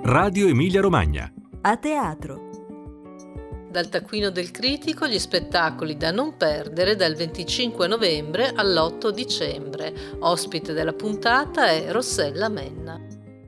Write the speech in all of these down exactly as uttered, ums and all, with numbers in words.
Radio Emilia Romagna. A teatro. Dal taccuino del critico gli spettacoli da non perdere dal venticinque novembre all'otto dicembre. Ospite della puntata è Rossella Menna.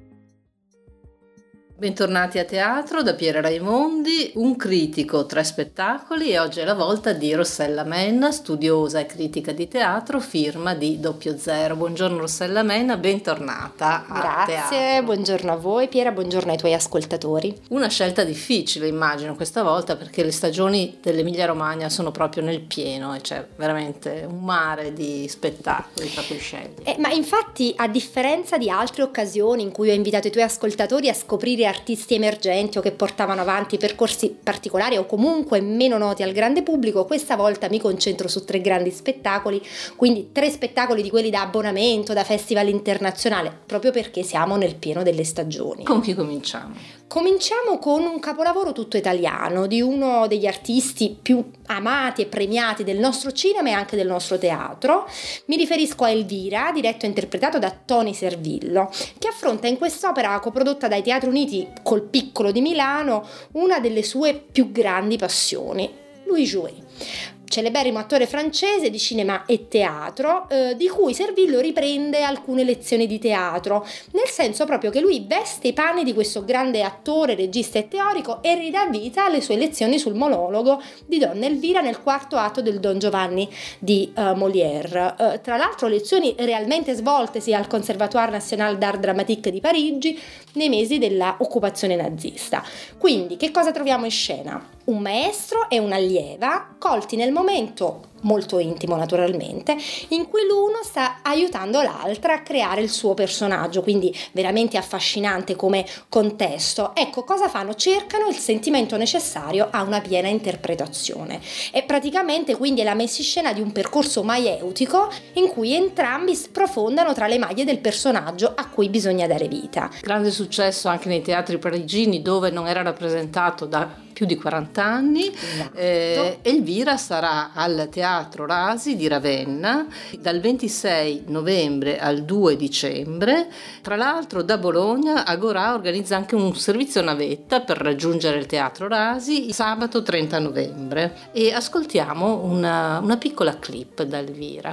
Bentornati a teatro da Piera Raimondi, un critico, tre spettacoli, e oggi è la volta di Rossella Menna, studiosa e critica di teatro, firma di Doppio Zero. Buongiorno Rossella Menna, bentornata a Grazie, teatro. buongiorno a voi Piera, buongiorno ai tuoi ascoltatori. Una scelta difficile immagino questa volta, perché le stagioni dell'Emilia Romagna sono proprio nel pieno e c'è veramente un mare di spettacoli tra cui scegli. Eh, ma infatti, a differenza di altre occasioni in cui ho invitato i tuoi ascoltatori a scoprire artisti emergenti o che portavano avanti percorsi particolari o comunque meno noti al grande pubblico, questa volta mi concentro su tre grandi spettacoli, quindi tre spettacoli di quelli da abbonamento, da festival internazionale, proprio perché siamo nel pieno delle stagioni. Con chi cominciamo? Cominciamo con un capolavoro tutto italiano di uno degli artisti più amati e premiati del nostro cinema e anche del nostro teatro. Mi riferisco a Elvira, diretto e interpretato da Tony Servillo, che affronta in quest'opera coprodotta dai Teatri Uniti col Piccolo di Milano una delle sue più grandi passioni, Louis Jouet, celeberrimo attore francese di cinema e teatro, eh, di cui Servillo riprende alcune lezioni di teatro, nel senso proprio che lui veste i panni di questo grande attore, regista e teorico e ridà vita alle sue lezioni sul monologo di Donna Elvira nel quarto atto del Don Giovanni di uh, Molière. Uh, tra l'altro lezioni realmente svoltesi al Conservatoire National d'Art Dramatique di Parigi nei mesi della occupazione nazista. Quindi che cosa troviamo in scena? Un maestro e un'allieva colti nel momento molto intimo naturalmente, in cui l'uno sta aiutando l'altra a creare il suo personaggio, quindi veramente affascinante come contesto. Ecco, cosa fanno? Cercano il sentimento necessario a una piena interpretazione. E praticamente quindi è la messa in scena di un percorso maieutico in cui entrambi sprofondano tra le maglie del personaggio a cui bisogna dare vita. Grande successo anche nei teatri parigini, dove non era rappresentato da più di quaranta anni. Esatto. eh, Elvira sarà al Teatro Rasi di Ravenna dal ventisei novembre al due dicembre. Tra l'altro da Bologna Agorà organizza anche un servizio navetta per raggiungere il Teatro Rasi il sabato trenta novembre, e ascoltiamo una, una piccola clip da Elvira.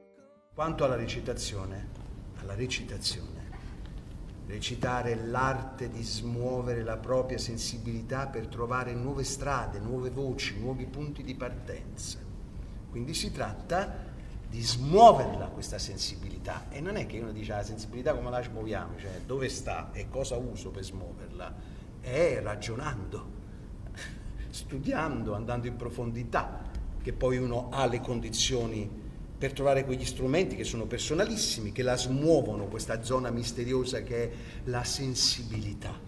Quanto alla recitazione, alla recitazione recitare è l'arte di smuovere la propria sensibilità per trovare nuove strade, nuove voci, nuovi punti di partenza. Quindi si tratta di smuoverla questa sensibilità, e non è che uno dice la sensibilità come la smuoviamo, cioè dove sta e cosa uso per smuoverla, è ragionando, studiando, andando in profondità, che poi uno ha le condizioni per trovare quegli strumenti che sono personalissimi, che la smuovono, questa zona misteriosa che è la sensibilità.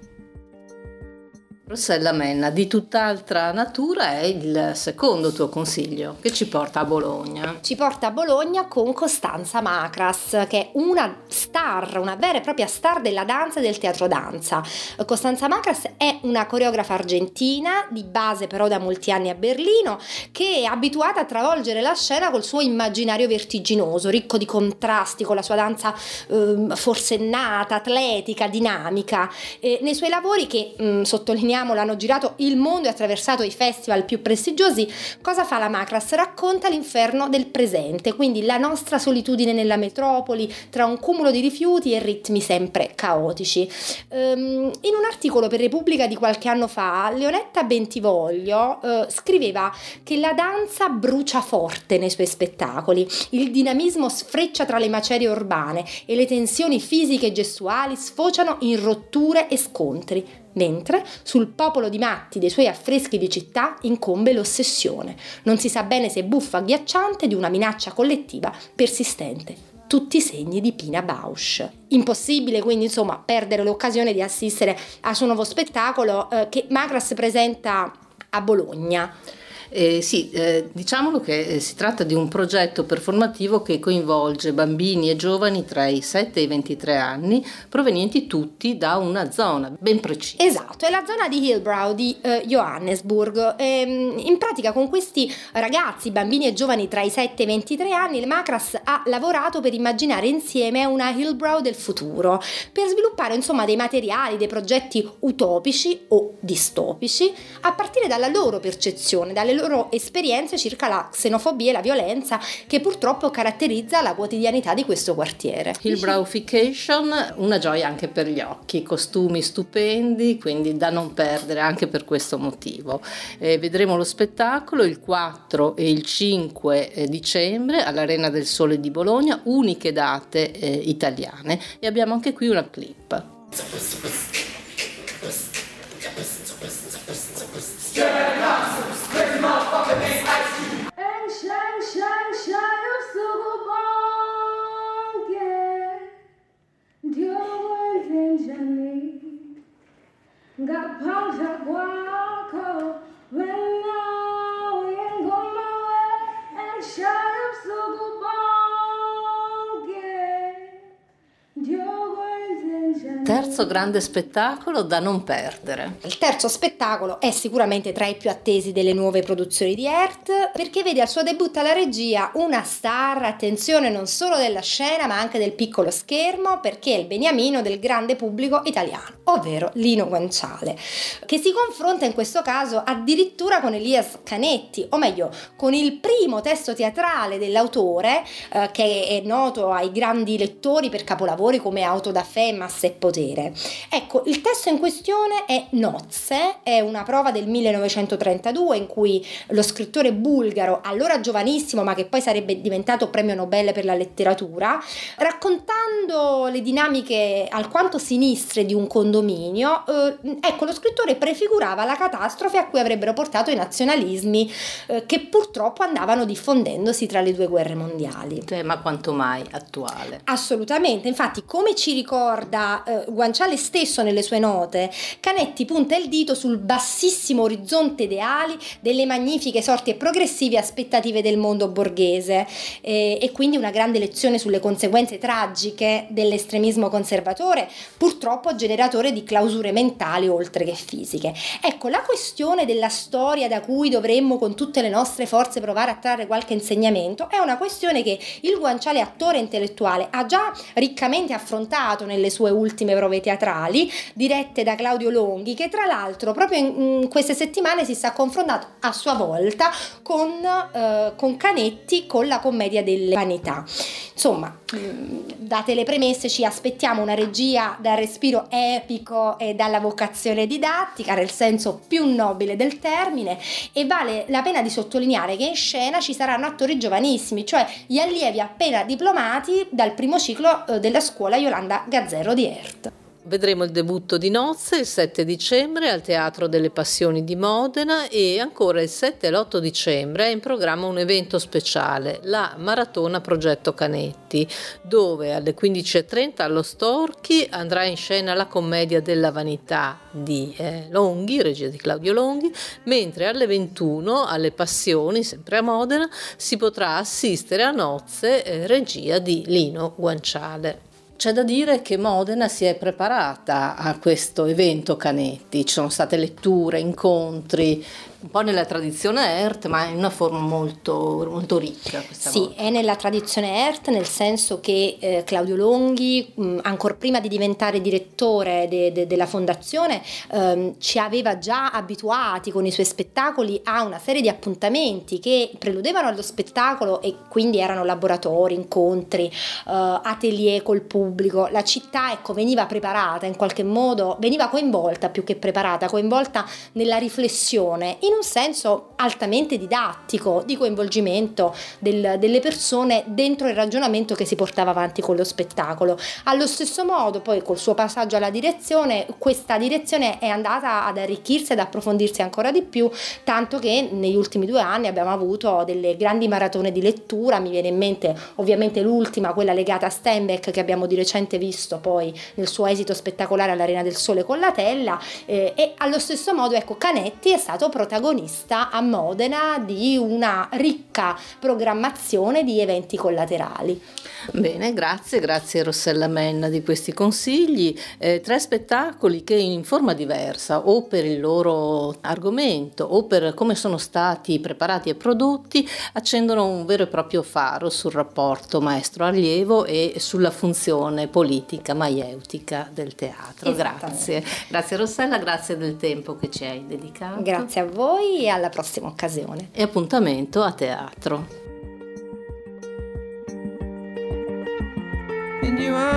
Rossella Menna, di tutt'altra natura è il secondo tuo consiglio, che ci porta a Bologna. Ci porta a Bologna con Costanza Macras, che è una star, una vera e propria star della danza e del teatro danza. Costanza Macras è una coreografa argentina, di base però da molti anni a Berlino, che è abituata a travolgere la scena col suo immaginario vertiginoso, ricco di contrasti, con la sua danza eh, forsennata, atletica, dinamica. E nei suoi lavori, che mh, sottolineiamo l'hanno girato il mondo e attraversato i festival più prestigiosi, cosa fa la Macras? Racconta l'inferno del presente, quindi la nostra solitudine nella metropoli, tra un cumulo di rifiuti e ritmi sempre caotici. Um, in un articolo per Repubblica di qualche anno fa, Leonetta Bentivoglio uh, scriveva che la danza brucia forte nei suoi spettacoli, il dinamismo sfreccia tra le macerie urbane e le tensioni fisiche e gestuali sfociano in rotture e scontri, mentre sul popolo di matti dei suoi affreschi di città incombe l'ossessione. Non si sa bene se buffa agghiacciante di una minaccia collettiva persistente. Tutti segni di Pina Bausch. Impossibile quindi insomma perdere l'occasione di assistere al suo nuovo spettacolo eh, che Macras presenta a Bologna. Eh, sì, eh, diciamolo che eh, si tratta di un progetto performativo che coinvolge bambini e giovani tra i sette e i ventitré anni, provenienti tutti da una zona ben precisa. Esatto, è la zona di Hillbrow di eh, Johannesburg. Ehm, in pratica con questi ragazzi, bambini e giovani tra i sette e i ventitré anni, il Macras ha lavorato per immaginare insieme una Hillbrow del futuro, per sviluppare insomma dei materiali, dei progetti utopici o distopici a partire dalla loro percezione, dalle loro esperienze circa la xenofobia e la violenza che purtroppo caratterizza la quotidianità di questo quartiere. Hillbrowfication, una gioia anche per gli occhi, costumi stupendi, quindi da non perdere anche per questo motivo. Eh, vedremo lo spettacolo il quattro e il cinque dicembre all'Arena del Sole di Bologna, uniche date eh, italiane, e abbiamo anche qui una clip. Terzo grande spettacolo da non perdere. Il terzo spettacolo è sicuramente tra i più attesi delle nuove produzioni di Herth, perché vede al suo debutto alla regia una star, attenzione, non solo della scena ma anche del piccolo schermo, perché è il beniamino del grande pubblico italiano, ovvero Lino Guanciale, che si confronta in questo caso addirittura con Elias Canetti, o meglio con il primo testo teatrale dell'autore, eh, che è noto ai grandi lettori per capolavori come Auto da Fè e Massa e Potere. Ecco, il testo in questione è Nozze, è una prova del millenovecentotrentadue in cui lo scrittore bulgaro, allora giovanissimo ma che poi sarebbe diventato premio Nobel per la letteratura, raccontando le dinamiche alquanto sinistre di un condominio, eh, ecco, lo scrittore prefigurava la catastrofe a cui avrebbero portato i nazionalismi eh, che purtroppo andavano diffondendosi tra le due guerre mondiali. Tema quanto mai attuale. Assolutamente, infatti, come ci ricorda eh, Guanciale stesso nelle sue note, Canetti punta il dito sul bassissimo orizzonte ideali delle magnifiche sorti e progressive aspettative del mondo borghese eh, e quindi una grande lezione sulle conseguenze tragiche dell'estremismo conservatore, purtroppo generatore di clausure mentali oltre che fisiche. Ecco, la questione della storia da cui dovremmo con tutte le nostre forze provare a trarre qualche insegnamento è una questione che il Guanciale attore intellettuale ha già riccamente affrontato nelle sue ultime prove teatrali dirette da Claudio Longhi, che tra l'altro proprio in, in queste settimane si sta confrontando a sua volta con, eh, con Canetti con la commedia delle vanità. Insomma, date le premesse, ci aspettiamo una regia dal respiro epico e dalla vocazione didattica nel senso più nobile del termine, e vale la pena di sottolineare che in scena ci saranno attori giovanissimi, cioè gli allievi appena diplomati dal primo ciclo eh, della scuola Yolanda Gazzero di Herth. Vedremo il debutto di Nozze il sette dicembre al Teatro delle Passioni di Modena, e ancora il sette e l'otto dicembre è in programma un evento speciale, la Maratona Progetto Canetti, dove alle quindici e trenta allo Storchi andrà in scena la commedia della vanità di eh, Longhi, regia di Claudio Longhi, mentre alle ventuno alle Passioni, sempre a Modena, si potrà assistere a Nozze, eh, regia di Lino Guanciale. C'è da dire che Modena si è preparata a questo evento Canetti, ci sono state letture, incontri, un po' nella tradizione Herth, ma in una forma molto, molto ricca questa sì, volta. È nella tradizione Herth, nel senso che eh, Claudio Longhi, mh, ancora prima di diventare direttore de, de, della fondazione, ehm, ci aveva già abituati con i suoi spettacoli a una serie di appuntamenti che preludevano allo spettacolo e quindi erano laboratori, incontri, eh, atelier col pubblico. La città, ecco, veniva preparata in qualche modo, veniva coinvolta più che preparata, coinvolta nella riflessione, in un senso altamente didattico, di coinvolgimento del, delle persone dentro il ragionamento che si portava avanti con lo spettacolo. Allo stesso modo, poi col suo passaggio alla direzione, questa direzione è andata ad arricchirsi, ad approfondirsi ancora di più, tanto che negli ultimi due anni abbiamo avuto delle grandi maratone di lettura. Mi viene in mente ovviamente l'ultima, quella legata a Steinbeck, che abbiamo di recente visto poi nel suo esito spettacolare all'Arena del Sole con la Tella, eh, e allo stesso modo, ecco, Canetti è stato protagonista protagonista a Modena di una ricca programmazione di eventi collaterali. Bene, grazie, grazie Rossella Menna di questi consigli. Eh, tre spettacoli che in forma diversa, o per il loro argomento o per come sono stati preparati e prodotti, accendono un vero e proprio faro sul rapporto maestro-allievo e sulla funzione politica maieutica del teatro. Grazie. Grazie Rossella, grazie del tempo che ci hai dedicato. Grazie a voi e alla prossima occasione. E appuntamento a teatro. And you are